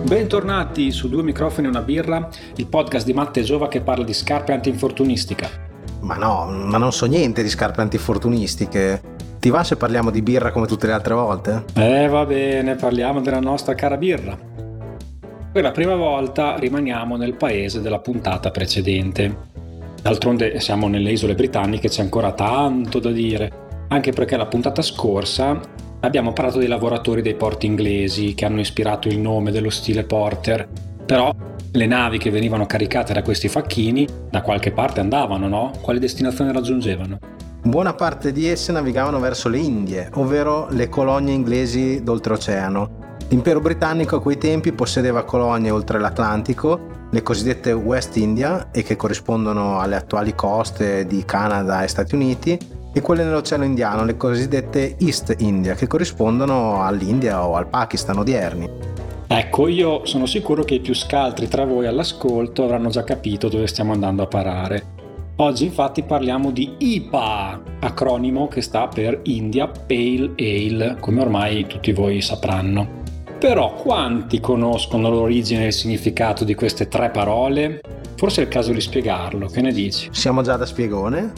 Bentornati su Due microfoni e una birra, il podcast di Matte Giova che parla di scarpe antinfortunistica. Ma non so niente di scarpe antinfortunistiche. Ti va se parliamo di birra come tutte le altre volte? Va bene, parliamo della nostra cara birra. Per la prima volta rimaniamo nel paese della puntata precedente. D'altronde siamo nelle isole britanniche, c'è ancora tanto da dire, anche perché la puntata scorsa abbiamo parlato dei lavoratori dei porti inglesi che hanno ispirato il nome dello stile porter. Però le navi che venivano caricate da questi facchini da qualche parte andavano, no? Quali destinazioni raggiungevano? Buona parte di esse navigavano verso le Indie, ovvero le colonie inglesi d'oltreoceano. L'impero britannico a quei tempi possedeva colonie oltre l'Atlantico, le cosiddette West India, e che corrispondono alle attuali coste di Canada e Stati Uniti, e quelle nell'Oceano Indiano, le cosiddette East India, che corrispondono all'India o al Pakistan odierni. Ecco, io sono sicuro che i più scaltri tra voi all'ascolto avranno già capito dove stiamo andando a parare. Oggi infatti parliamo di IPA, acronimo che sta per India Pale Ale, come ormai tutti voi sapranno. Però quanti conoscono l'origine e il significato di queste tre parole? Forse è il caso di spiegarlo, che ne dici? Siamo già da spiegone?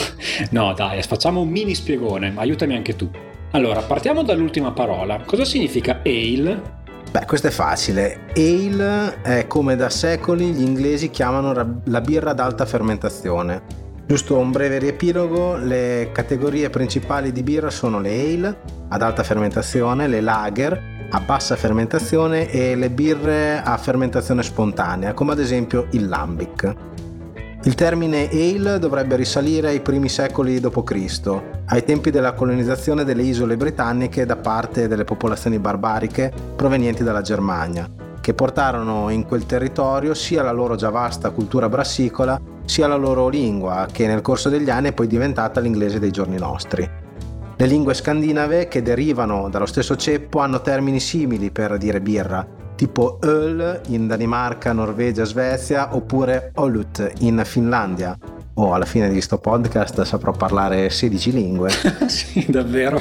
No dai, facciamo un mini spiegone, aiutami anche tu. Allora, partiamo dall'ultima parola. Cosa significa ale? Beh, questo è facile. Ale è come da secoli gli inglesi chiamano la birra ad alta fermentazione. Giusto un breve riepilogo: le categorie principali di birra sono le ale ad alta fermentazione, le lager a bassa fermentazione e le birre a fermentazione spontanea, come ad esempio il lambic. Il termine ale dovrebbe risalire ai primi secoli d.C., ai tempi della colonizzazione delle isole britanniche da parte delle popolazioni barbariche provenienti dalla Germania, che portarono in quel territorio sia la loro già vasta cultura brassicola, sia la loro lingua, che nel corso degli anni è poi diventata l'inglese dei giorni nostri. Le lingue scandinave, che derivano dallo stesso ceppo, hanno termini simili per dire birra, tipo öl in Danimarca, Norvegia, Svezia, oppure olut in Finlandia. Alla fine di sto podcast saprò parlare 16 lingue. Sì, davvero.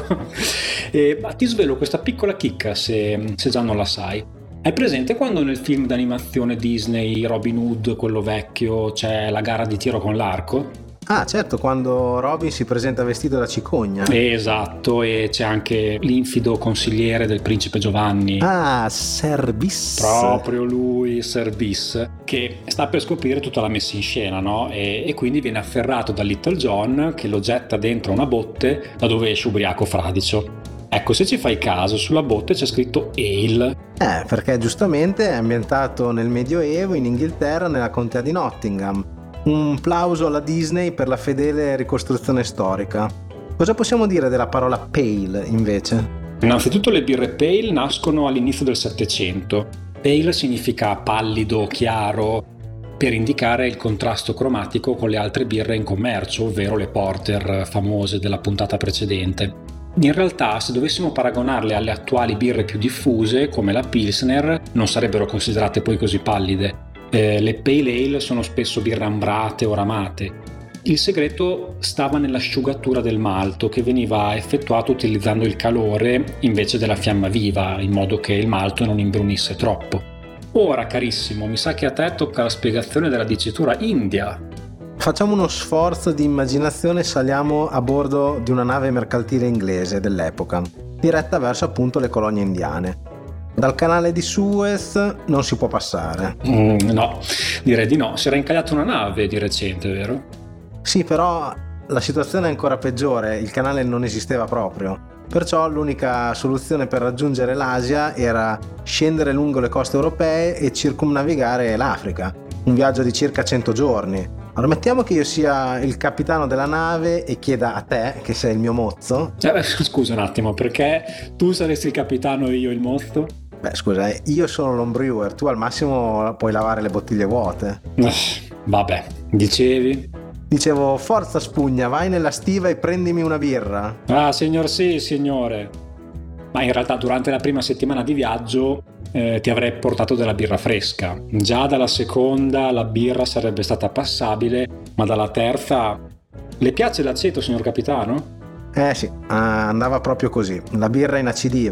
Ma ti svelo questa piccola chicca se già non la sai. Hai presente quando nel film d'animazione Disney Robin Hood, quello vecchio, c'è la gara di tiro con l'arco? Ah, certo, quando Robin si presenta vestito da cicogna. Esatto, e c'è anche l'infido consigliere del principe Giovanni. Ah, Sir Bis. Proprio lui, Sir Bis, che sta per scoprire tutta la messa in scena, no? E quindi viene afferrato da Little John, che lo getta dentro una botte da dove esce ubriaco fradicio. Ecco, se ci fai caso, sulla botte c'è scritto ale. Perché giustamente è ambientato nel Medioevo in Inghilterra, nella contea di Nottingham. Un plauso alla Disney per la fedele ricostruzione storica. Cosa possiamo dire della parola pale invece? Innanzitutto le birre pale nascono all'inizio del Settecento. Pale significa pallido, chiaro, per indicare il contrasto cromatico con le altre birre in commercio, ovvero le porter famose della puntata precedente. In realtà, se dovessimo paragonarle alle attuali birre più diffuse, come la Pilsner, non sarebbero considerate poi così pallide. Le pale ale sono spesso birre ambrate o ramate. Il segreto stava nell'asciugatura del malto, che veniva effettuato utilizzando il calore invece della fiamma viva, in modo che il malto non imbrunisse troppo. Ora, carissimo, mi sa che a te tocca la spiegazione della dicitura India. Facciamo uno sforzo di immaginazione e saliamo a bordo di una nave mercantile inglese dell'epoca, diretta verso appunto le colonie indiane. Dal canale di Suez non si può passare. No, direi di no. Si era incagliata una nave di recente, vero? Sì, però la situazione è ancora peggiore, il canale non esisteva proprio. Perciò l'unica soluzione per raggiungere l'Asia era scendere lungo le coste europee e circumnavigare l'Africa. Un viaggio di circa 100 giorni. Allora mettiamo che io sia il capitano della nave e chieda a te, che sei il mio mozzo. Scusa un attimo, perché tu saresti il capitano e io il mozzo? Beh, scusa, io sono l'homebrewer, tu al massimo puoi lavare le bottiglie vuote. Vabbè, dicevi? Dicevo, forza spugna, vai nella stiva e prendimi una birra. Ah, signor sì, signore. Ma in realtà durante la prima settimana di viaggio ti avrei portato della birra fresca. Già dalla seconda la birra sarebbe stata passabile, ma dalla terza... Le piace l'aceto, signor capitano? Sì, andava proprio così. La birra inacidiva.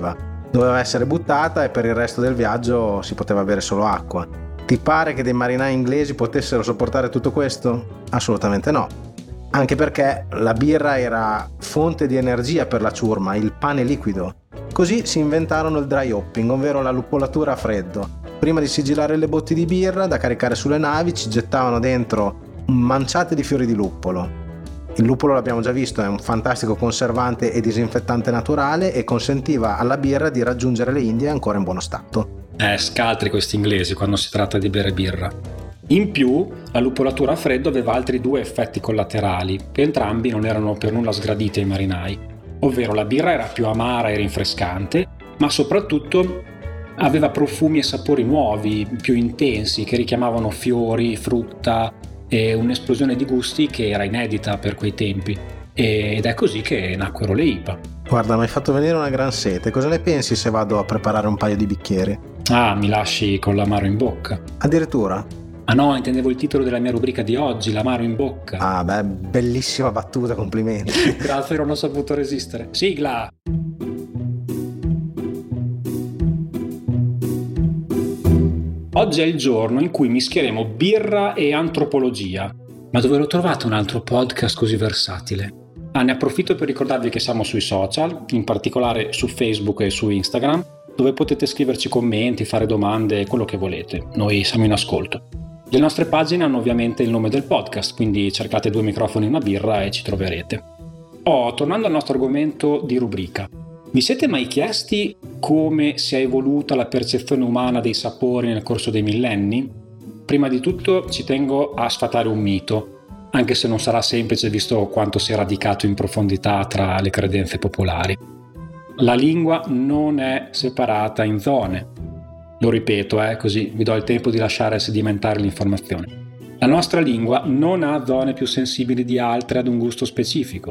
doveva essere buttata e per il resto del viaggio si poteva bere solo acqua. Ti pare che dei marinai inglesi potessero sopportare tutto questo? Assolutamente no. Anche perché la birra era fonte di energia per la ciurma, il pane liquido. Così si inventarono il dry hopping, ovvero la luppolatura a freddo. Prima di sigillare le botti di birra da caricare sulle navi ci gettavano dentro manciate di fiori di luppolo. Il luppolo, l'abbiamo già visto, è un fantastico conservante e disinfettante naturale e consentiva alla birra di raggiungere le Indie ancora in buono stato. Scaltri questi inglesi quando si tratta di bere birra. In più, la luppolatura a freddo aveva altri 2 effetti collaterali, che entrambi non erano per nulla sgraditi ai marinai, ovvero la birra era più amara e rinfrescante, ma soprattutto aveva profumi e sapori nuovi, più intensi, che richiamavano fiori, frutta e un'esplosione di gusti che era inedita per quei tempi. Ed è così che nacquero le IPA. Guarda, mi hai fatto venire una gran sete. Cosa ne pensi se vado a preparare un paio di bicchieri? Ah, mi lasci con l'amaro in bocca. Addirittura? Ah no, intendevo il titolo della mia rubrica di oggi, l'amaro in bocca. Ah beh, bellissima battuta, complimenti. Grazie, non ho saputo resistere. Sigla! Oggi è il giorno in cui mischieremo birra e antropologia. Ma dove l'ho trovato un altro podcast così versatile? Ne approfitto per ricordarvi che siamo sui social, in particolare su Facebook e su Instagram, dove potete scriverci commenti, fare domande, quello che volete. Noi siamo in ascolto. Le nostre pagine hanno ovviamente il nome del podcast, quindi cercate 2 microfoni e una birra e ci troverete. Tornando al nostro argomento di rubrica. Vi siete mai chiesti come si è evoluta la percezione umana dei sapori nel corso dei millenni? Prima di tutto ci tengo a sfatare un mito, anche se non sarà semplice visto quanto si è radicato in profondità tra le credenze popolari. La lingua non è separata in zone. Lo ripeto, così vi do il tempo di lasciare sedimentare l'informazione. La nostra lingua non ha zone più sensibili di altre ad un gusto specifico.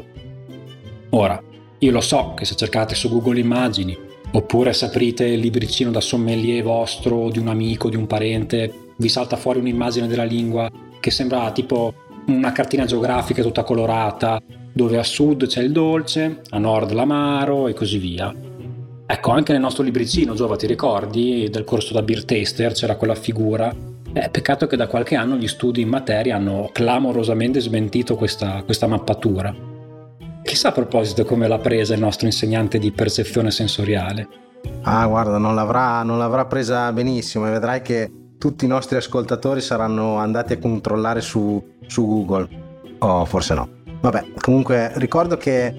Ora, io lo so che se cercate su Google Immagini, oppure se aprite il libricino da sommelier vostro, di un amico, di un parente, vi salta fuori un'immagine della lingua che sembra tipo una cartina geografica tutta colorata, dove a sud c'è il dolce, a nord l'amaro e così via. Ecco, anche nel nostro libricino, Giova, ti ricordi, del corso da Beer Taster c'era quella figura? Peccato che da qualche anno gli studi in materia hanno clamorosamente smentito questa mappatura. Chissà a proposito come l'ha presa il nostro insegnante di percezione sensoriale. Ah, guarda, non l'avrà presa benissimo e vedrai che tutti i nostri ascoltatori saranno andati a controllare su Google. O forse no. Vabbè, comunque ricordo che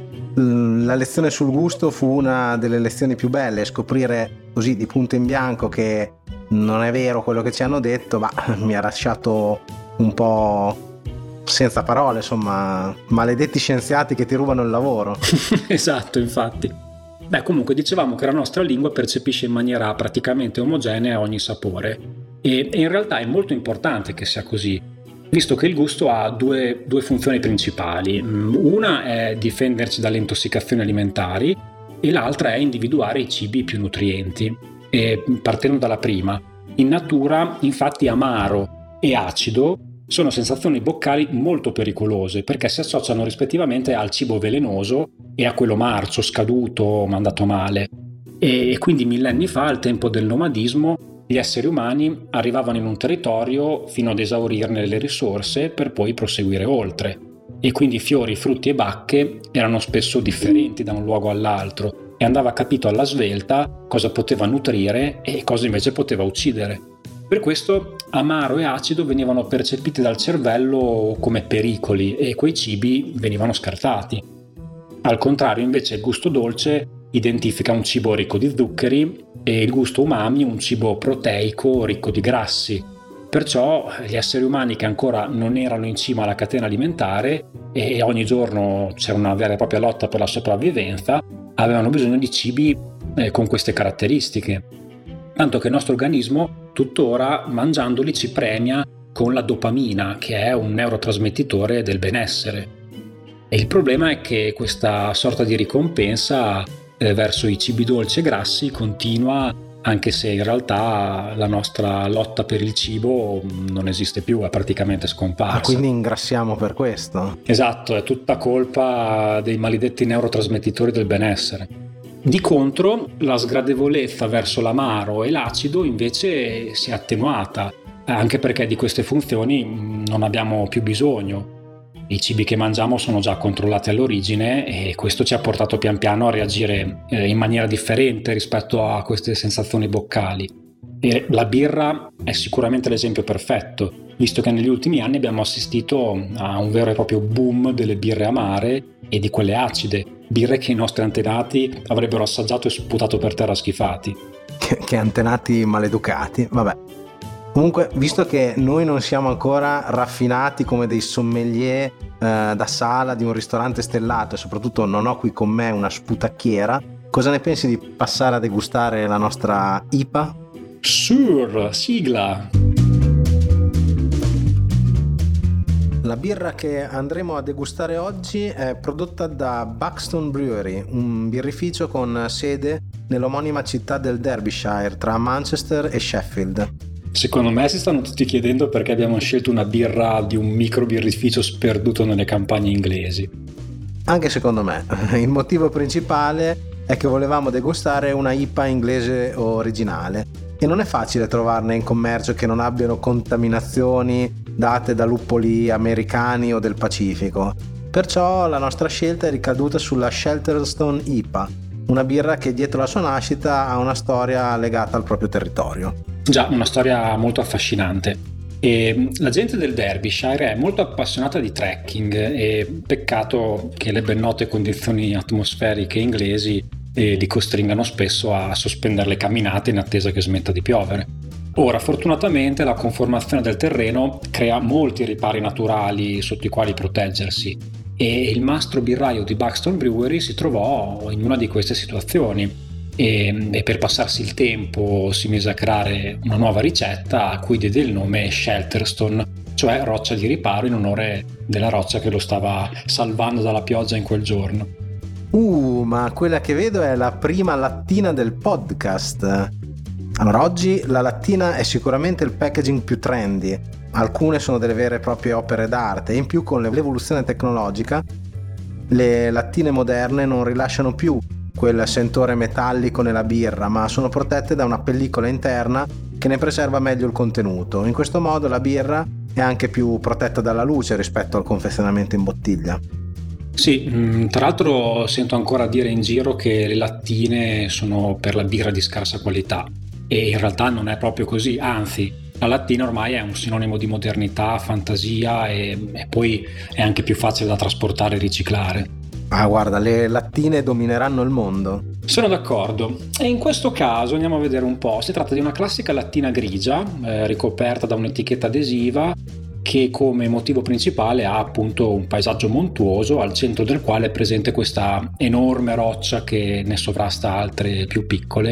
la lezione sul gusto fu una delle lezioni più belle. Scoprire così di punto in bianco che non è vero quello che ci hanno detto, ma mi ha lasciato un po' senza parole, insomma, maledetti scienziati che ti rubano il lavoro. Esatto, infatti. Comunque dicevamo che la nostra lingua percepisce in maniera praticamente omogenea ogni sapore e in realtà è molto importante che sia così, visto che il gusto ha due funzioni principali. Una è difenderci dalle intossicazioni alimentari e l'altra è individuare i cibi più nutrienti. E partendo dalla prima, in natura infatti amaro e acido sono sensazioni boccali molto pericolose perché si associano rispettivamente al cibo velenoso e a quello marcio, scaduto, mandato male. E quindi millenni fa, al tempo del nomadismo, gli esseri umani arrivavano in un territorio fino ad esaurirne le risorse per poi proseguire oltre. E quindi fiori, frutti e bacche erano spesso differenti da un luogo all'altro e andava capito alla svelta cosa poteva nutrire e cosa invece poteva uccidere. Per questo amaro e acido venivano percepiti dal cervello come pericoli e quei cibi venivano scartati. Al contrario, invece, il gusto dolce identifica un cibo ricco di zuccheri e il gusto umami un cibo proteico ricco di grassi. Perciò gli esseri umani che ancora non erano in cima alla catena alimentare e ogni giorno c'era una vera e propria lotta per la sopravvivenza, avevano bisogno di cibi con queste caratteristiche. Tanto che il nostro organismo tuttora mangiandoli ci premia con la dopamina, che è un neurotrasmettitore del benessere. E il problema è che questa sorta di ricompensa verso i cibi dolci e grassi continua, anche se in realtà la nostra lotta per il cibo non esiste più, è praticamente scomparsa. Ah, quindi ingrassiamo per questo? Esatto, è tutta colpa dei maledetti neurotrasmettitori del benessere. Di contro, la sgradevolezza verso l'amaro e l'acido invece si è attenuata, anche perché di queste funzioni non abbiamo più bisogno. I cibi che mangiamo sono già controllati all'origine e questo ci ha portato pian piano a reagire in maniera differente rispetto a queste sensazioni boccali. E la birra è sicuramente l'esempio perfetto, visto che negli ultimi anni abbiamo assistito a un vero e proprio boom delle birre amare e di quelle acide, birre che i nostri antenati avrebbero assaggiato e sputato per terra schifati. Che antenati maleducati, vabbè. Comunque, visto che noi non siamo ancora raffinati come dei sommelier da sala di un ristorante stellato e soprattutto non ho qui con me una sputacchiera, cosa ne pensi di passare a degustare la nostra IPA? Sure, sigla! La birra che andremo a degustare oggi è prodotta da Buxton Brewery, un birrificio con sede nell'omonima città del Derbyshire tra Manchester e Sheffield. Secondo me si stanno tutti chiedendo perché abbiamo scelto una birra di un micro birrificio sperduto nelle campagne inglesi. Anche secondo me. Il motivo principale è che volevamo degustare una IPA inglese originale e non è facile trovarne in commercio che non abbiano contaminazioni date da luppoli americani o del Pacifico. Perciò la nostra scelta è ricaduta sulla Shelterstone IPA, una birra che dietro la sua nascita ha una storia legata al proprio territorio. Già, una storia molto affascinante. E la gente del Derbyshire è molto appassionata di trekking e peccato che le ben note condizioni atmosferiche inglesi li costringano spesso a sospendere le camminate in attesa che smetta di piovere. Ora, fortunatamente la conformazione del terreno crea molti ripari naturali sotto i quali proteggersi e il mastro birraio di Buxton Brewery si trovò in una di queste situazioni. E per passarsi il tempo si mise a creare una nuova ricetta a cui diede il nome Shelterstone, cioè roccia di riparo in onore della roccia che lo stava salvando dalla pioggia in quel giorno. Ma quella che vedo è la prima lattina del podcast. Allora, oggi la lattina è sicuramente il packaging più trendy. Alcune sono delle vere e proprie opere d'arte e in più con l'evoluzione tecnologica le lattine moderne non rilasciano più quel sentore metallico nella birra, ma sono protette da una pellicola interna che ne preserva meglio il contenuto. In questo modo la birra è anche più protetta dalla luce rispetto al confezionamento in bottiglia. Sì, tra l'altro sento ancora dire in giro che le lattine sono per la birra di scarsa qualità e in realtà non è proprio così, anzi la lattina ormai è un sinonimo di modernità, fantasia e poi è anche più facile da trasportare e riciclare. Guarda, le lattine domineranno il mondo. Sono d'accordo. E in questo caso andiamo a vedere un po'. Si tratta di una classica lattina grigia, ricoperta da un'etichetta adesiva, che come motivo principale ha appunto un paesaggio montuoso, al centro del quale è presente questa enorme roccia che ne sovrasta altre più piccole.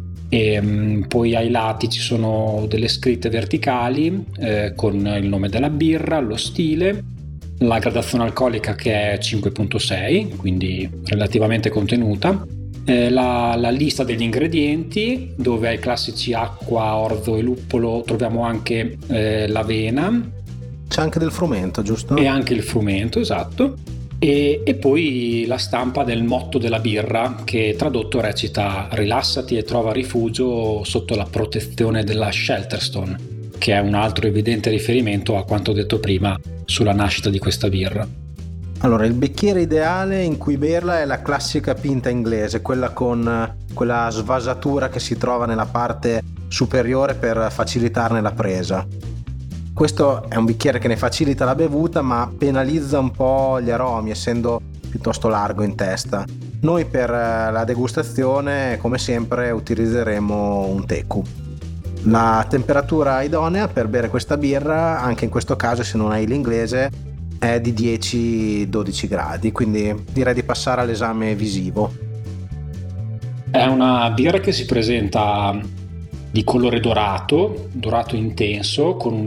E poi ai lati ci sono delle scritte verticali con il nome della birra, lo stile, la gradazione alcolica che è 5.6, quindi relativamente contenuta, la lista degli ingredienti dove ai classici acqua, orzo e luppolo troviamo anche l'avena. C'è anche del frumento, giusto? E anche il frumento, esatto. E poi la stampa del motto della birra che tradotto recita: rilassati e trova rifugio sotto la protezione della Shelterstone, che è un altro evidente riferimento a quanto detto prima sulla nascita di questa birra. Allora, il bicchiere ideale in cui berla è la classica pinta inglese, quella con quella svasatura che si trova nella parte superiore per facilitarne la presa. Questo è un bicchiere che ne facilita la bevuta ma penalizza un po' gli aromi, essendo piuttosto largo in testa. Noi per la degustazione, come sempre, utilizzeremo un tecu. La temperatura idonea per bere questa birra, anche in questo caso se non hai l'inglese, è di 10-12 gradi, quindi direi di passare all'esame visivo. È una birra che si presenta di colore dorato intenso, con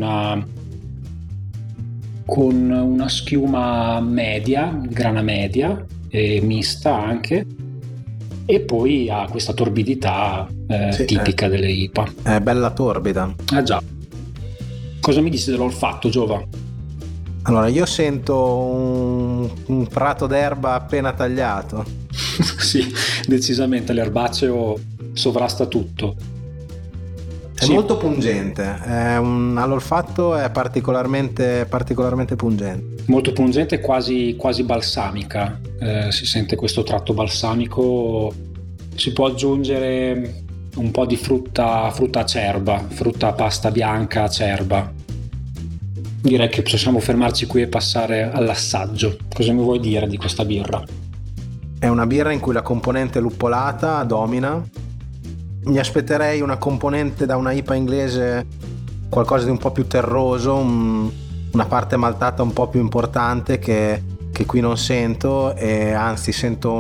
una schiuma media, grana media e mista anche, e poi ha questa torbidità tipica delle IPA. È bella torbida. Già. Cosa mi dici dell'olfatto, Giova? Allora, io sento un prato d'erba appena tagliato. Sì, decisamente l'erbaceo sovrasta tutto. È molto pungente, all'olfatto è particolarmente pungente. Molto pungente, quasi balsamica, si sente questo tratto balsamico. Si può aggiungere un po' di frutta acerba, frutta pasta bianca acerba. Direi che possiamo fermarci qui e passare all'assaggio. Cosa mi vuoi dire di questa birra? È una birra in cui la componente luppolata domina. Mi aspetterei una componente da una IPA inglese, qualcosa di un po' più terroso, una parte maltata un po' più importante che qui non sento, e anzi sento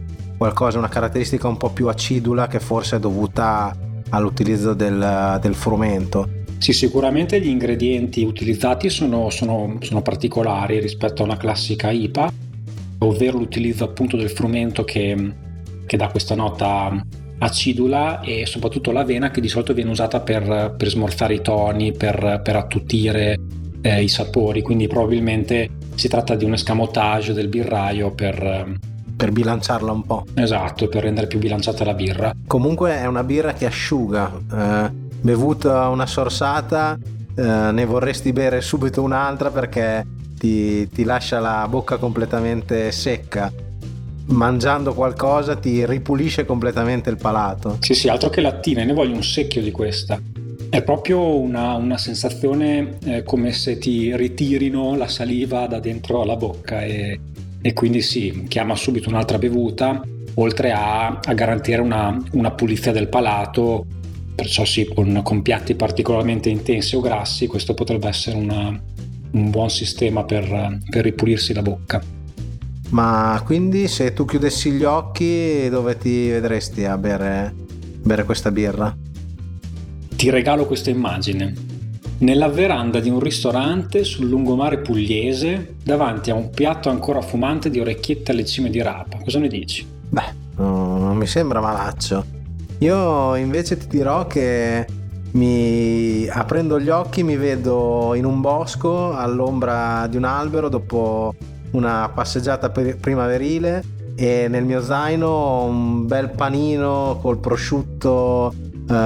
una caratteristica un po' più acidula, che forse è dovuta all'utilizzo del frumento. Sì, sicuramente gli ingredienti utilizzati sono particolari rispetto a una classica IPA, ovvero l'utilizzo appunto del frumento che dà questa nota acidula, e soprattutto l'avena, che di solito viene usata per smorzare i toni, per attutire i sapori, quindi probabilmente si tratta di un escamotage del birraio per bilanciarla un po'. Esatto, per rendere più bilanciata la birra. Comunque è una birra che asciuga, bevuta una sorsata ne vorresti bere subito un'altra, perché ti lascia la bocca completamente secca. Mangiando qualcosa ti ripulisce completamente il palato. Sì, altro che lattina, ne voglio un secchio di questa. È proprio una sensazione come se ti ritirino la saliva da dentro la bocca, e quindi sì, chiama subito un'altra bevuta, oltre a garantire una pulizia del palato. Perciò sì, con piatti particolarmente intensi o grassi, questo potrebbe essere un buon sistema per ripulirsi la bocca. Ma quindi, se tu chiudessi gli occhi, dove ti vedresti a bere questa birra? Ti regalo questa immagine. Nella veranda di un ristorante sul lungomare pugliese, davanti a un piatto ancora fumante di orecchiette alle cime di rapa. Cosa ne dici? Beh, non mi sembra malaccio. Io invece ti dirò che aprendo gli occhi mi vedo in un bosco all'ombra di un albero dopo una passeggiata primaverile, e nel mio zaino un bel panino col prosciutto,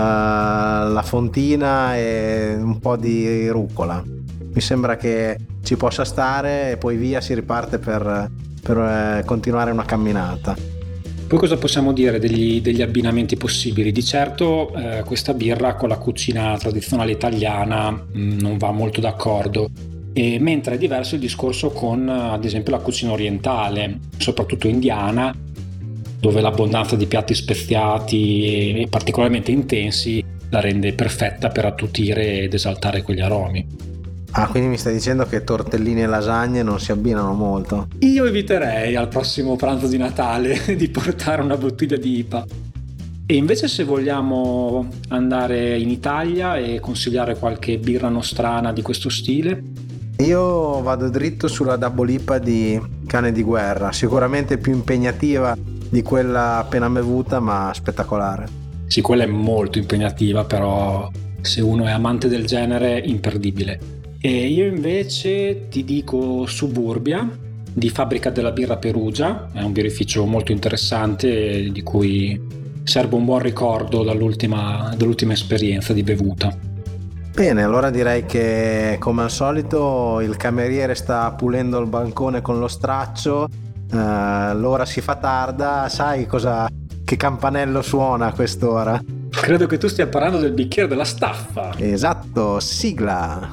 la fontina e un po' di rucola. Mi sembra che ci possa stare, e poi via si riparte per continuare una camminata. Poi cosa possiamo dire degli abbinamenti possibili? Di certo questa birra con la cucina tradizionale italiana non va molto d'accordo, mentre è diverso il discorso con ad esempio la cucina orientale, soprattutto indiana, dove l'abbondanza di piatti speziati e particolarmente intensi la rende perfetta per attutire ed esaltare quegli aromi. Ah, quindi mi stai dicendo che tortellini e lasagne non si abbinano molto? Io eviterei al prossimo pranzo di Natale di portare una bottiglia di IPA. E invece, se vogliamo andare in Italia e consigliare qualche birra nostrana di questo stile, io vado dritto sulla Double IPA di Cane di Guerra, sicuramente più impegnativa di quella appena bevuta, ma spettacolare. Sì, quella è molto impegnativa, però se uno è amante del genere, imperdibile. E io invece ti dico Suburbia di Fabbrica della Birra Perugia, è un birrificio molto interessante di cui serve un buon ricordo dall'ultima esperienza di bevuta. Bene, allora direi che come al solito il cameriere sta pulendo il bancone con lo straccio, l'ora si fa tarda, sai che campanello suona a quest'ora? Credo che tu stia parlando del bicchiere della staffa. Esatto, sigla!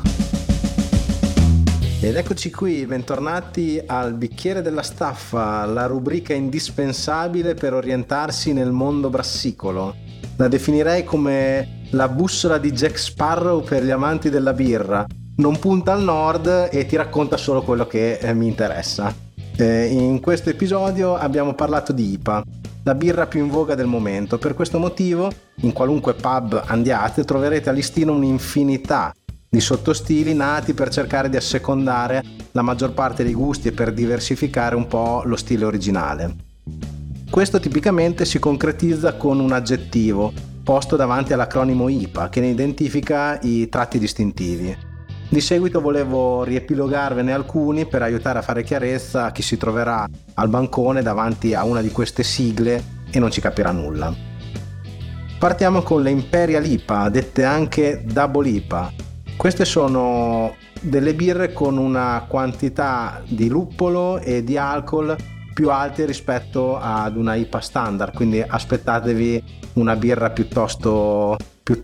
Ed eccoci qui, bentornati al bicchiere della staffa, la rubrica indispensabile per orientarsi nel mondo brassicolo. La definirei come la bussola di Jack Sparrow per gli amanti della birra. Non punta al nord e ti racconta solo quello che mi interessa. In questo episodio abbiamo parlato di IPA, la birra più in voga del momento. Per questo motivo, in qualunque pub andiate, troverete a listino un'infinità di sottostili nati per cercare di assecondare la maggior parte dei gusti e per diversificare un po' lo stile originale. Questo tipicamente si concretizza con un aggettivo posto davanti all'acronimo IPA che ne identifica i tratti distintivi. Di seguito volevo riepilogarvene alcuni per aiutare a fare chiarezza a chi si troverà al bancone davanti a una di queste sigle e non ci capirà nulla. Partiamo con le Imperial IPA, dette anche Double IPA. Queste sono delle birre con una quantità di luppolo e di alcol più alte rispetto ad una IPA standard, quindi aspettatevi una birra piuttosto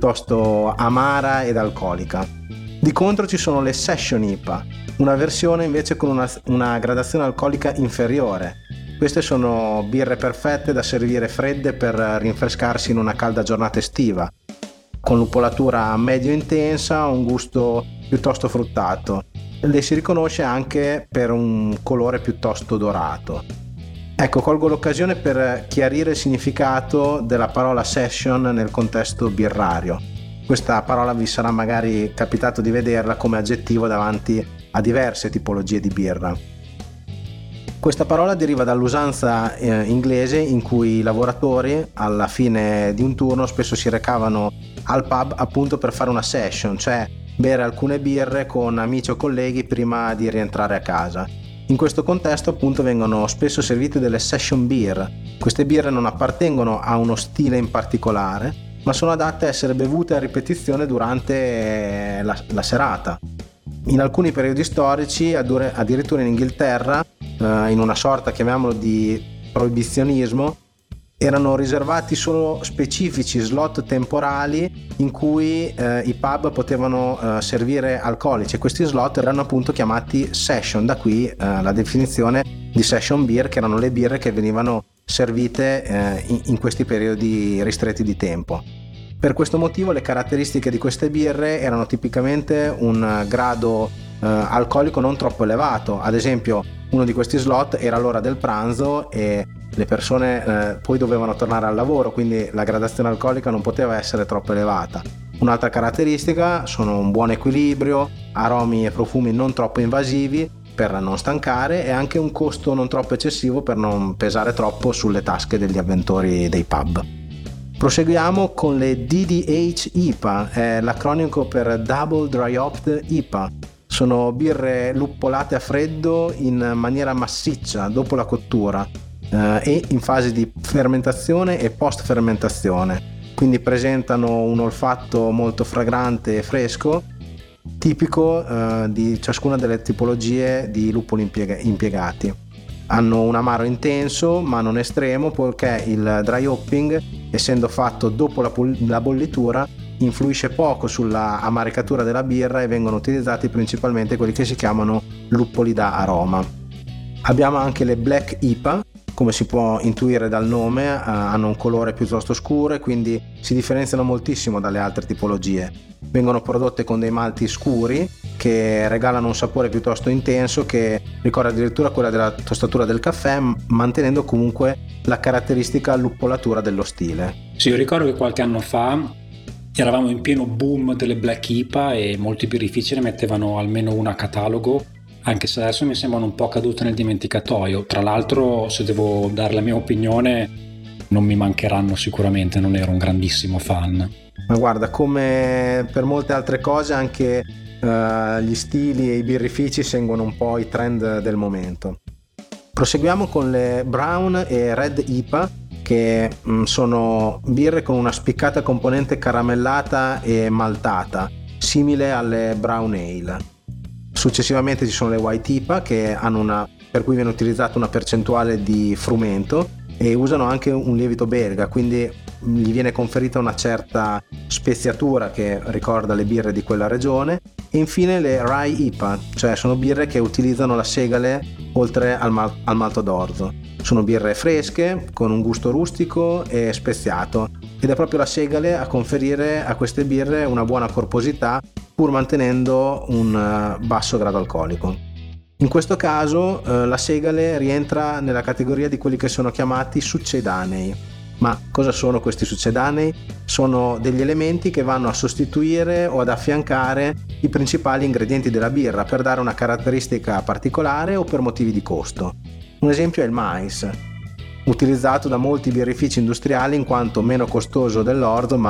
amara ed alcolica. Di contro ci sono le Session IPA, una versione invece con una gradazione alcolica inferiore. Queste sono birre perfette da servire fredde per rinfrescarsi in una calda giornata estiva, con luppolatura medio intensa, un gusto piuttosto fruttato. Le si riconosce anche per un colore piuttosto dorato. Ecco, colgo l'occasione per chiarire il significato della parola session nel contesto birrario. Questa parola vi sarà magari capitato di vederla come aggettivo davanti a diverse tipologie di birra. Questa parola deriva dall'usanza inglese in cui i lavoratori alla fine di un turno spesso si recavano al pub appunto per fare una session, cioè bere alcune birre con amici o colleghi prima di rientrare a casa. In questo contesto appunto vengono spesso servite delle session beer. Queste birre non appartengono a uno stile in particolare, ma sono adatte a essere bevute a ripetizione durante la serata. In alcuni periodi storici, addirittura in Inghilterra, in una sorta, chiamiamolo, di proibizionismo, erano riservati solo specifici slot temporali in cui i pub potevano servire alcolici, e questi slot erano appunto chiamati session, da qui la definizione di session beer, che erano le birre che venivano servite in questi periodi ristretti di tempo. Per questo motivo le caratteristiche di queste birre erano tipicamente un grado alcolico non troppo elevato. Ad esempio, uno di questi slot era l'ora del pranzo e le persone poi dovevano tornare al lavoro, quindi la gradazione alcolica non poteva essere troppo elevata. Un'altra caratteristica sono un buon equilibrio, aromi e profumi non troppo invasivi per non stancare, e anche un costo non troppo eccessivo per non pesare troppo sulle tasche degli avventori dei pub. Proseguiamo con le DDH IPA, è l'acronimo per Double Dry Hopped IPA. Sono birre luppolate a freddo in maniera massiccia dopo la cottura e in fase di fermentazione e post fermentazione, quindi presentano un olfatto molto fragrante e fresco, tipico di ciascuna delle tipologie di luppoli impiegati. Hanno un amaro intenso ma non estremo, poiché il dry hopping, essendo fatto dopo la bollitura, influisce poco sulla amaricatura della birra e vengono utilizzati principalmente quelli che si chiamano luppoli da aroma. Abbiamo anche le Black IPA, come si può intuire dal nome, hanno un colore piuttosto scuro e quindi si differenziano moltissimo dalle altre tipologie. Vengono prodotte con dei malti scuri che regalano un sapore piuttosto intenso che ricorda addirittura quella della tostatura del caffè, mantenendo comunque la caratteristica luppolatura dello stile. Sì, io ricordo che qualche anno fa eravamo in pieno boom delle Black IPA e molti birrifici ne mettevano almeno una a catalogo, anche se adesso mi sembrano un po' cadute nel dimenticatoio. Tra l'altro, se devo dare la mia opinione, non mi mancheranno sicuramente, non ero un grandissimo fan. Ma guarda, come per molte altre cose, anche gli stili e i birrifici seguono un po' i trend del momento. Proseguiamo con le Brown e Red IPA, che sono birre con una spiccata componente caramellata e maltata, simile alle Brown Ale. Successivamente ci sono le White IPA, che hanno per cui viene utilizzata una percentuale di frumento e usano anche un lievito belga, quindi gli viene conferita una certa speziatura che ricorda le birre di quella regione. E infine le Rye IPA, cioè sono birre che utilizzano la segale oltre al malto d'orzo. Sono birre fresche con un gusto rustico e speziato, ed è proprio la segale a conferire a queste birre una buona corposità pur mantenendo un basso grado alcolico. In questo caso la segale rientra nella categoria di quelli che sono chiamati succedanei. Ma cosa sono questi succedanei? Sono degli elementi che vanno a sostituire o ad affiancare i principali ingredienti della birra per dare una caratteristica particolare o per motivi di costo. Un esempio è il mais, utilizzato da molti birrifici industriali in quanto meno costoso dell'orzo ma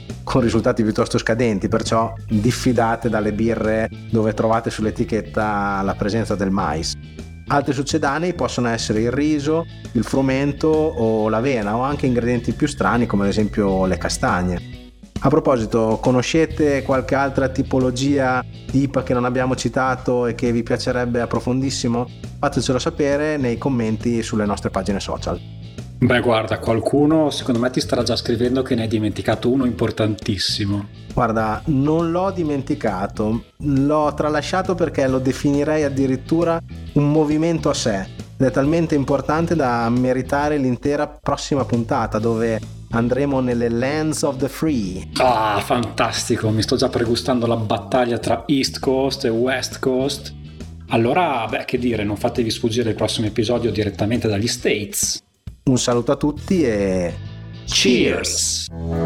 con risultati piuttosto scadenti, perciò diffidate dalle birre dove trovate sull'etichetta la presenza del mais. Altri succedanei possono essere il riso, il frumento o l'avena, o anche ingredienti più strani come ad esempio le castagne. A proposito, conoscete qualche altra tipologia di IPA che non abbiamo citato e che vi piacerebbe approfondissimo? Fatecelo sapere nei commenti sulle nostre pagine social. Beh, guarda, qualcuno secondo me ti starà già scrivendo che ne hai dimenticato uno importantissimo. Guarda, non l'ho dimenticato, l'ho tralasciato perché lo definirei addirittura un movimento a sé ed è talmente importante da meritare l'intera prossima puntata dove andremo nelle Lands of the Free. Ah, fantastico, mi sto già pregustando la battaglia tra East Coast e West Coast. Allora, beh, che dire, non fatevi sfuggire il prossimo episodio direttamente dagli States. Un saluto a tutti e Cheers!